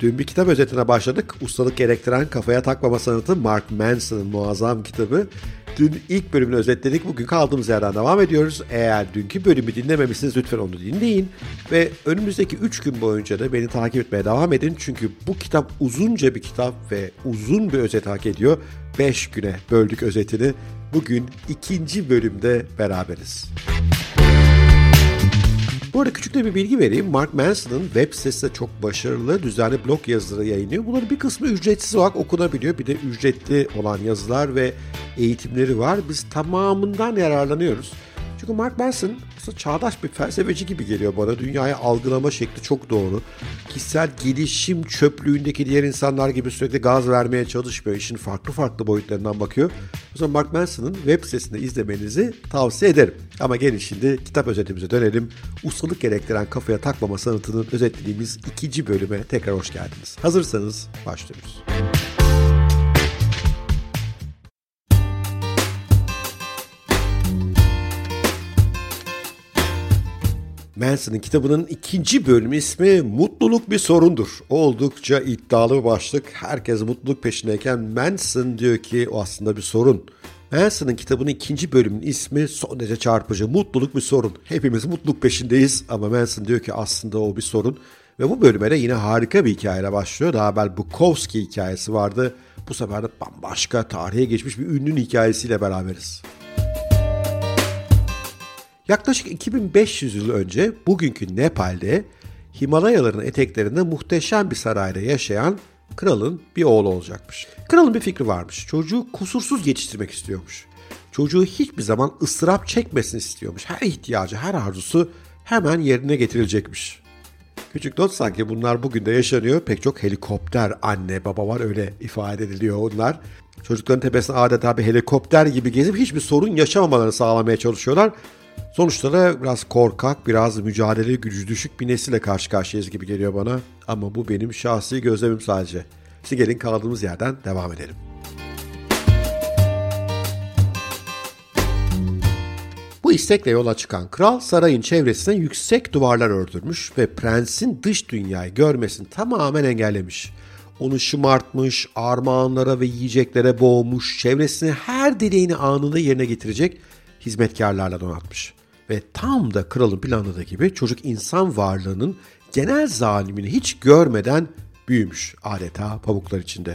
Dün bir kitap özetine başladık. Ustalık gerektiren kafaya takmama sanatı, Mark Manson'ın muazzam kitabı. Dün ilk bölümünü özetledik. Bugün kaldığımız yerden devam ediyoruz. Eğer dünkü bölümü dinlememişsiniz lütfen onu dinleyin. Ve önümüzdeki 3 gün boyunca da beni takip etmeye devam edin. Çünkü bu kitap uzunca bir kitap ve uzun bir özet hak ediyor. 5 güne böldük özetini. Bugün 2. bölümde beraberiz. Bu arada küçük de bir bilgi vereyim. Mark Manson'ın web sitesi de çok başarılı. Düzenli blog yazıları yayınlıyor. Bunların bir kısmı ücretsiz olarak okunabiliyor. Bir de ücretli olan yazılar ve eğitimleri var. Biz tamamından yararlanıyoruz. Çünkü Mark Manson çağdaş bir felsefeci gibi geliyor bana. Dünyayı algılama şekli çok doğru. Kişisel gelişim çöplüğündeki diğer insanlar gibi sürekli gaz vermeye çalışmıyor. İşin farklı boyutlarından bakıyor. O zaman Mark Manson'ın web sitesinde izlemenizi tavsiye ederim. Ama gelin şimdi kitap özetimize dönelim. Ustalık gerektiren kafaya takmama sanatının özetlediğimiz 2. bölüme tekrar hoş geldiniz. Hazırsanız başlıyoruz. Manson'ın kitabının 2. bölümü ismi Mutluluk Bir Sorundur. Oldukça iddialı bir başlık. Herkes mutluluk peşindeyken Manson diyor ki o aslında bir sorun. Manson'ın kitabının 2. bölümünün ismi son derece çarpıcı. Mutluluk bir sorun. Hepimiz mutluluk peşindeyiz ama Manson diyor ki aslında o bir sorun. Ve bu bölüme de yine harika bir hikayeyle başlıyor. Daha evvel Bukowski hikayesi vardı. Bu sefer de bambaşka tarihe geçmiş bir ünlünün hikayesiyle beraberiz. Yaklaşık 2500 yıl önce bugünkü Nepal'de Himalayaların eteklerinde muhteşem bir sarayda yaşayan kralın bir oğlu olacakmış. Kralın bir fikri varmış. Çocuğu kusursuz yetiştirmek istiyormuş. Çocuğu hiçbir zaman ıstırap çekmesini istiyormuş. Her ihtiyacı, her arzusu hemen yerine getirilecekmiş. Küçük not sanki bunlar bugün de yaşanıyor. Pek çok helikopter anne baba var öyle ifade ediliyor onlar. Çocukların tepesine adeta bir helikopter gibi gezip hiçbir sorun yaşamamalarını sağlamaya çalışıyorlar. Sonuçta da biraz korkak, biraz mücadele gücü düşük bir nesille karşı karşıyayız gibi geliyor bana. Ama bu benim şahsi gözlemim sadece. Şimdi gelin kaldığımız yerden devam edelim. Bu istekle yola çıkan kral sarayın çevresine yüksek duvarlar ördürmüş ve prensin dış dünyayı görmesini tamamen engellemiş. Onu şımartmış, armağanlara ve yiyeceklere boğmuş, çevresine her dileğini anında yerine getirecek hizmetkarlarla donatmış. Ve tam da kralın planladığı gibi çocuk insan varlığının genel zalimini hiç görmeden büyümüş adeta pamuklar içinde.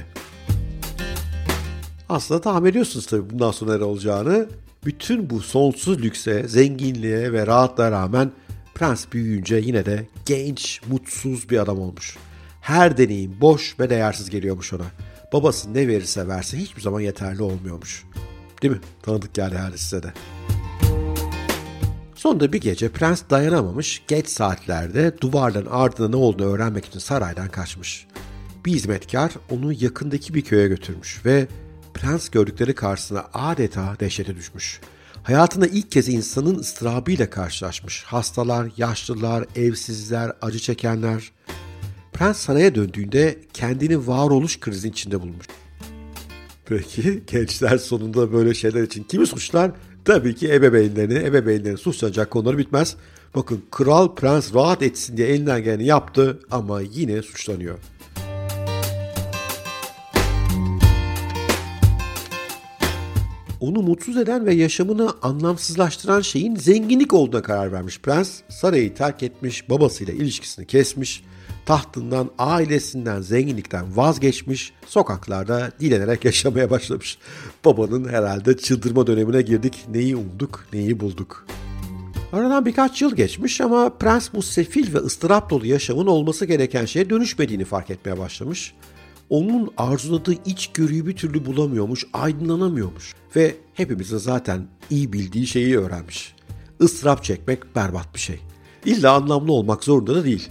Aslında tahmin ediyorsunuz tabii bundan sonra ne olacağını. Bütün bu sonsuz lükse, zenginliğe ve rahatlığa rağmen prens büyüyünce yine de genç, mutsuz bir adam olmuş. Her deneyim boş ve değersiz geliyormuş ona. Babası ne verirse versin hiçbir zaman yeterli olmuyormuş. Değil mi? Tanıdık geldi her size de. Sonunda bir gece prens dayanamamış, geç saatlerde duvarların ardında ne olduğunu öğrenmek için saraydan kaçmış. Bir hizmetkar onu yakındaki bir köye götürmüş ve prens gördükleri karşısına adeta dehşete düşmüş. Hayatında ilk kez insanın ıstırabıyla karşılaşmış. Hastalar, yaşlılar, evsizler, acı çekenler. Prens saraya döndüğünde kendini varoluş krizinin içinde bulmuş. Peki gençler sonunda böyle şeyler için kimi suçlar? Tabii ki ebeveynlerini suçlanacak konuları bitmez. Bakın kral prens rahat etsin diye elinden geleni yaptı ama yine suçlanıyor. Onu mutsuz eden ve yaşamını anlamsızlaştıran şeyin zenginlik olduğuna karar vermiş prens. Sarayı terk etmiş, babasıyla ilişkisini kesmiş, tahtından, ailesinden, zenginlikten vazgeçmiş, sokaklarda dilenerek yaşamaya başlamış. Babanın herhalde çıldırma dönemine girdik, neyi umduk, neyi bulduk. Aradan birkaç yıl geçmiş ama prens bu sefil ve ıstırap dolu yaşamın olması gereken şeye dönüşmediğini fark etmeye başlamış. Onun arzuladığı içgörüyü bir türlü bulamıyormuş, aydınlanamıyormuş. Ve hepimizin zaten iyi bildiği şeyi öğrenmiş. Isırap çekmek berbat bir şey. İlla anlamlı olmak zorunda da değil.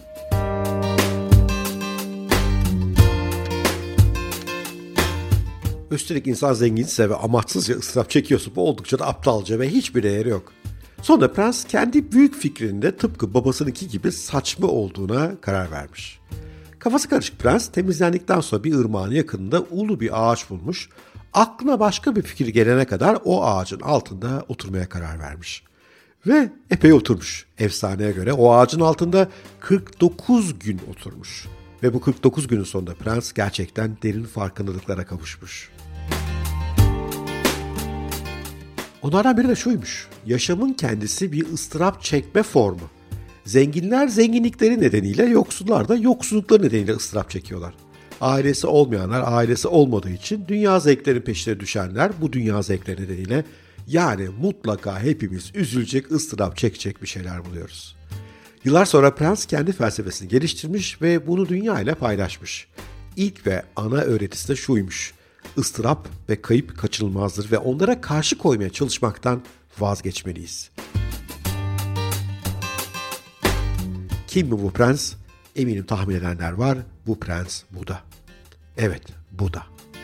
Üstelik insan zenginse ve amaçsızca ıstırap çekiyorsa bu oldukça da aptalca ve hiçbir değeri yok. Sonra prens kendi büyük fikrinin de tıpkı babasınınki gibi saçma olduğuna karar vermiş. Kafası karışık prens temizlendikten sonra bir ırmağın yakınında ulu bir ağaç bulmuş. Aklına başka bir fikir gelene kadar o ağacın altında oturmaya karar vermiş. Ve epey oturmuş. Efsaneye göre o ağacın altında 49 gün oturmuş. Ve bu 49 günün sonunda prens gerçekten derin farkındalıklara kavuşmuş. Onlardan biri de şuymuş: yaşamın kendisi bir ıstırap çekme formu. Zenginler zenginlikleri nedeniyle, yoksullar da yoksullukları nedeniyle ıstırap çekiyorlar. Ailesi olmayanlar ailesi olmadığı için dünya zevklerinin peşine düşenler bu dünya zevkleri nedeniyle, yani mutlaka hepimiz üzülecek, ıstırap çekecek bir şeyler buluyoruz. Yıllar sonra prens kendi felsefesini geliştirmiş ve bunu dünya ile paylaşmış. İlk ve ana öğretisi de şuymuş: ıstırap ve kayıp kaçınılmazdır ve onlara karşı koymaya çalışmaktan vazgeçmeliyiz. Kim mi bu prens? Eminim tahmin edenler var. Bu prens Buda. Evet, Buda.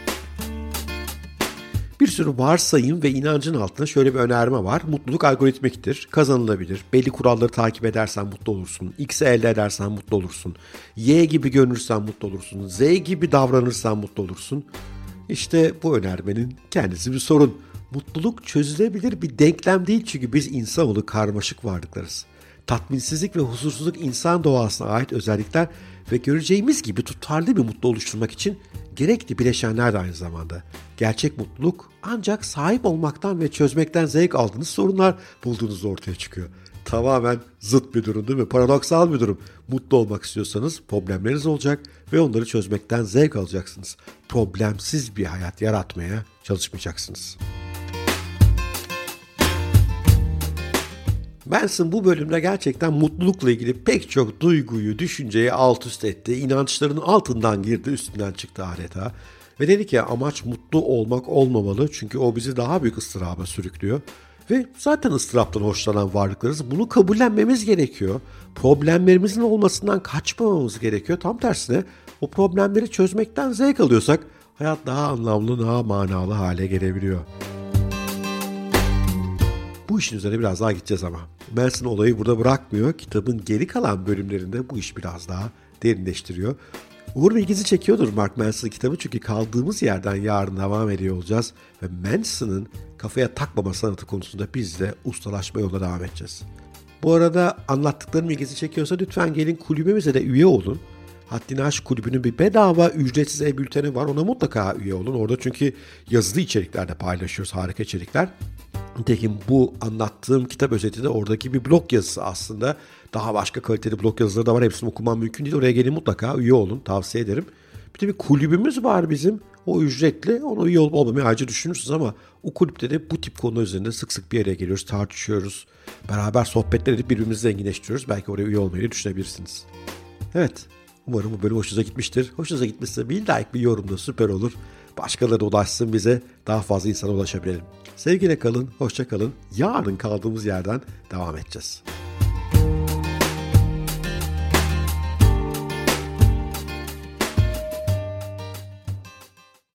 Bir sürü varsayım ve inancın altında şöyle bir önerme var: mutluluk algoritmiktir, kazanılabilir. Belli kuralları takip edersen mutlu olursun. X'i elde edersen mutlu olursun. Y gibi görünürsen mutlu olursun. Z gibi davranırsan mutlu olursun. İşte bu önermenin kendisi bir sorun. Mutluluk çözülebilir bir denklem değil, çünkü biz insanoğlu karmaşık varlıklarız. Tatminsizlik ve huzursuzluk insan doğasına ait özellikler ve göreceğimiz gibi tutarlı bir mutlu oluşturmak için gerekli bileşenler de aynı zamanda. Gerçek mutluluk ancak sahip olmaktan ve çözmekten zevk aldığınız sorunlar bulduğunuzda ortaya çıkıyor. Tamamen zıt bir durum değil mi? Paradoksal bir durum. Mutlu olmak istiyorsanız problemleriniz olacak ve onları çözmekten zevk alacaksınız. Problemsiz bir hayat yaratmaya çalışmayacaksınız. Manson bu bölümde gerçekten mutlulukla ilgili pek çok duyguyu, düşünceyi alt üst etti. İnançlarının altından girdi, üstünden çıktı adeta. Ve dedi ki amaç mutlu olmak olmamalı, çünkü o bizi daha büyük ıstıraba sürüklüyor. Ve zaten ıstıraptan hoşlanan varlıklarız. Bunu kabullenmemiz gerekiyor. Problemlerimizin olmasından kaçmamamız gerekiyor. Tam tersine o problemleri çözmekten zevk alıyorsak hayat daha anlamlı, daha manalı hale gelebiliyor. Bu işin üzerine biraz daha gideceğiz ama. Manson olayı burada bırakmıyor. Kitabın geri kalan bölümlerinde bu iş biraz daha derinleştiriyor. Umarım ilginizi çekiyordur Mark Manson kitabı, çünkü kaldığımız yerden yarın devam ediyor olacağız. Ve Manson'ın kafaya takmama sanatı konusunda biz de ustalaşma yoluna devam edeceğiz. Bu arada anlattıklarım ilginizi çekiyorsa lütfen gelin kulübemize de üye olun. Haddini Aşk Kulübü'nün bir bedava ücretsiz e-bülteni var. Ona mutlaka üye olun. Orada çünkü yazılı içerikler de paylaşıyoruz. Harika içerikler. Nitekim bu anlattığım kitap özeti de oradaki bir blog yazısı aslında. Daha başka kaliteli blog yazıları da var. Hepsini okumam mümkün değil. Oraya gelin mutlaka üye olun. Tavsiye ederim. Bir de bir kulübümüz var bizim. O ücretli. Ona üye olup olmamayı ayrıca düşünürsünüz ama o kulüpte de bu tip konular üzerinde sık sık bir araya geliyoruz. Tartışıyoruz. Beraber sohbetler edip birbirimizi zenginleştiriyoruz. Belki oraya üye olmayı düşünebilirsiniz. Evet. Umarım bu bölüm hoşunuza gitmiştir. Hoşunuza gitmişse bir like, bir yorum da süper olur. Başkaları da ulaşsın bize. Daha fazla insana ulaşabilelim. Sevgiyle kalın, hoşça kalın. Yarın kaldığımız yerden devam edeceğiz.